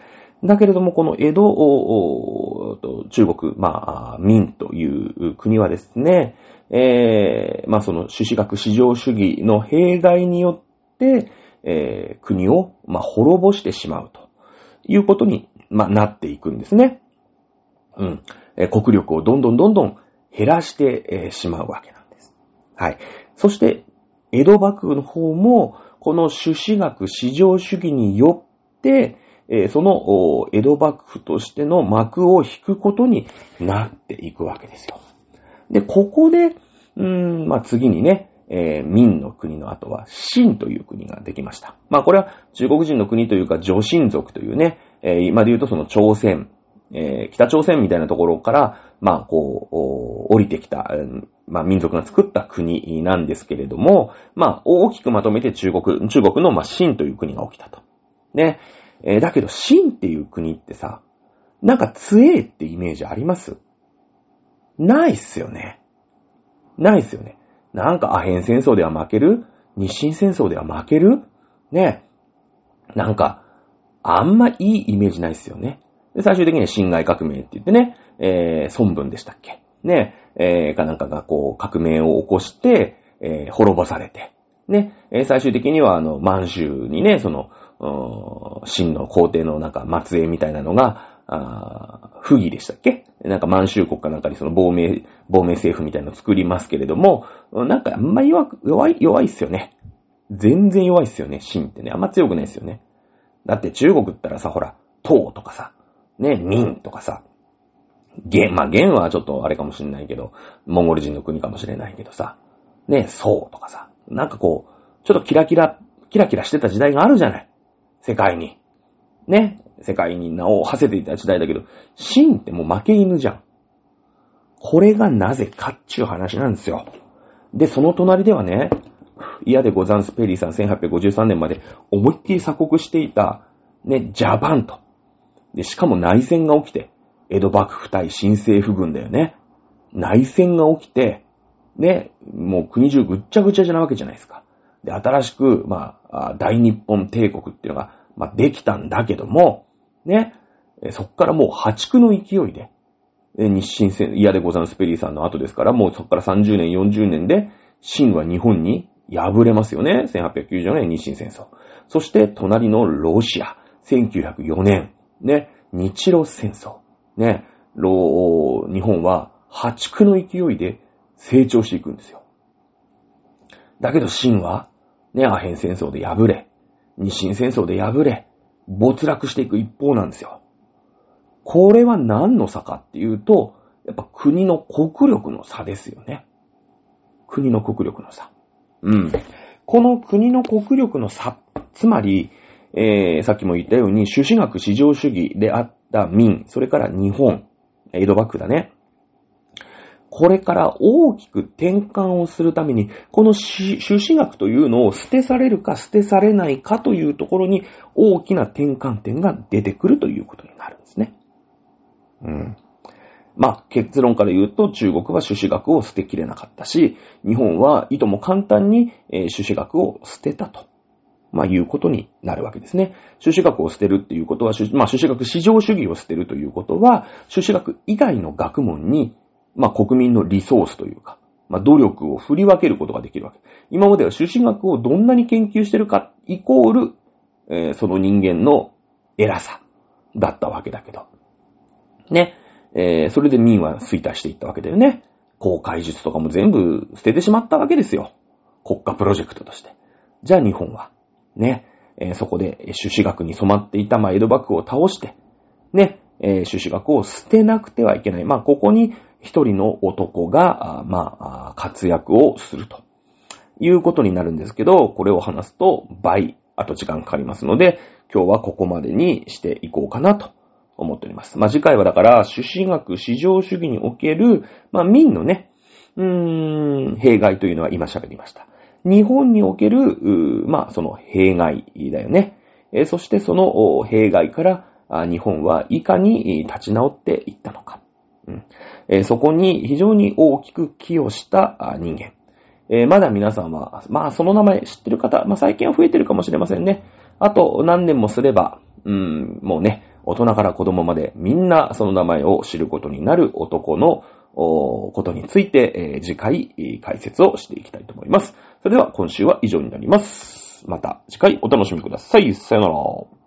だけれども、この江戸、中国、明という国はですね、その朱子学至上主義の弊害によって、国を、滅ぼしてしまうということに、なっていくんですね。国力をどんどん減らして、しまうわけなんです。はい。そして、江戸幕府の方も、この朱子学至上主義によって、その江戸幕府としての幕を引くことになっていくわけですよ。で、ここで、次にね、明の国の後は清という国ができました。これは中国人の国というか女真族というね、今で言うとその朝鮮、北朝鮮みたいなところから、降りてきた、民族が作った国なんですけれども、大きくまとめて中国の、清という国が起きたと。ね。だけど、清っていう国ってさ、なんか強えってイメージあります？ないっすよね。ないっすよね。なんかアヘン戦争では負ける？日清戦争では負ける？ね。なんか、あんまいいイメージないっすよね。で、最終的には辛亥革命って言ってね、孫文でしたっけね、かなんかがこう革命を起こして、滅ぼされて、ね、最終的には満州にね、その、清の皇帝のなんか末裔みたいなのが、溥儀でしたっけなんか満州国かなんかにその亡命政府みたいなのを作りますけれども、なんかあんまり弱いっすよね。全然弱いっすよね、清ってね。あんま強くないっすよね。だって中国ったらさ、ほら、唐とかさ、ね、明とかさ、元はちょっとあれかもしれないけど、モンゴル人の国かもしれないけどさ、ね、宋とかさ、なんかこう、ちょっとキラキラしてた時代があるじゃない。世界に。ね、世界に名を馳せていた時代だけど、清ってもう負け犬じゃん。これがなぜかっちゅう話なんですよ。で、その隣ではね、嫌でござんすペリーさん1853年まで思いっきり鎖国していた、ね、ジャパンと。で、しかも内戦が起きて、江戸幕府対新政府軍だよね。内戦が起きて、ね、もう国中ぐっちゃぐちゃじゃなわけじゃないですか。で、新しく、大日本帝国っていうのが、できたんだけども、ね、そっからもう破竹の勢いで、日清戦、嫌でござんすペリーさんの後ですから、もうそっから30年、40年で、清は日本に敗れますよね。1894年日清戦争。そして隣のロシア、1904年、ね、日露戦争。ね、日本は破竹の勢いで成長していくんですよ。だけど清は、ね、アヘン戦争で敗れ、日清戦争で敗れ、没落していく一方なんですよ。これは何の差かっていうと、やっぱ国の国力の差ですよね。国の国力の差。この国の国力の差、つまり、さっきも言ったように、朱子学至上主義であった明、それから日本、江戸幕府だね。これから大きく転換をするために、この朱子学というのを捨てされるか捨てされないかというところに大きな転換点が出てくるということになるんですね。結論から言うと中国は朱子学を捨てきれなかったし、日本はいとも簡単に朱子学を捨てたと。いうことになるわけですね。朱子学を捨てるっていうことは、朱子学至上主義を捨てるということは、朱子学以外の学問に、国民のリソースというか、努力を振り分けることができるわけ。今までは朱子学をどんなに研究してるか、イコール、その人間の偉さだったわけだけど。ね。それで明は衰退していったわけだよね。航海術とかも全部捨ててしまったわけですよ。国家プロジェクトとして。じゃあ日本は、ね、そこで朱子学に染まっていた江戸幕府を倒して、ね、朱子学を捨てなくてはいけない。ここに一人の男が、活躍をするということになるんですけど、これを話すとあと時間かかりますので、今日はここまでにしていこうかなと思っております。次回はだから、朱子学至上主義における、明のね、弊害というのは今喋りました。日本における、その弊害だよね。そしてその弊害から日本はいかに立ち直っていったのか。そこに非常に大きく寄与した人間。まだ皆さんは、その名前知ってる方、最近は増えてるかもしれませんね。あと何年もすれば、もうね、 大人から子供までみんなその名前を知ることになる男のことについて、次回解説をしていきたいと思います。それでは今週は以上になります。また次回お楽しみください。さよなら。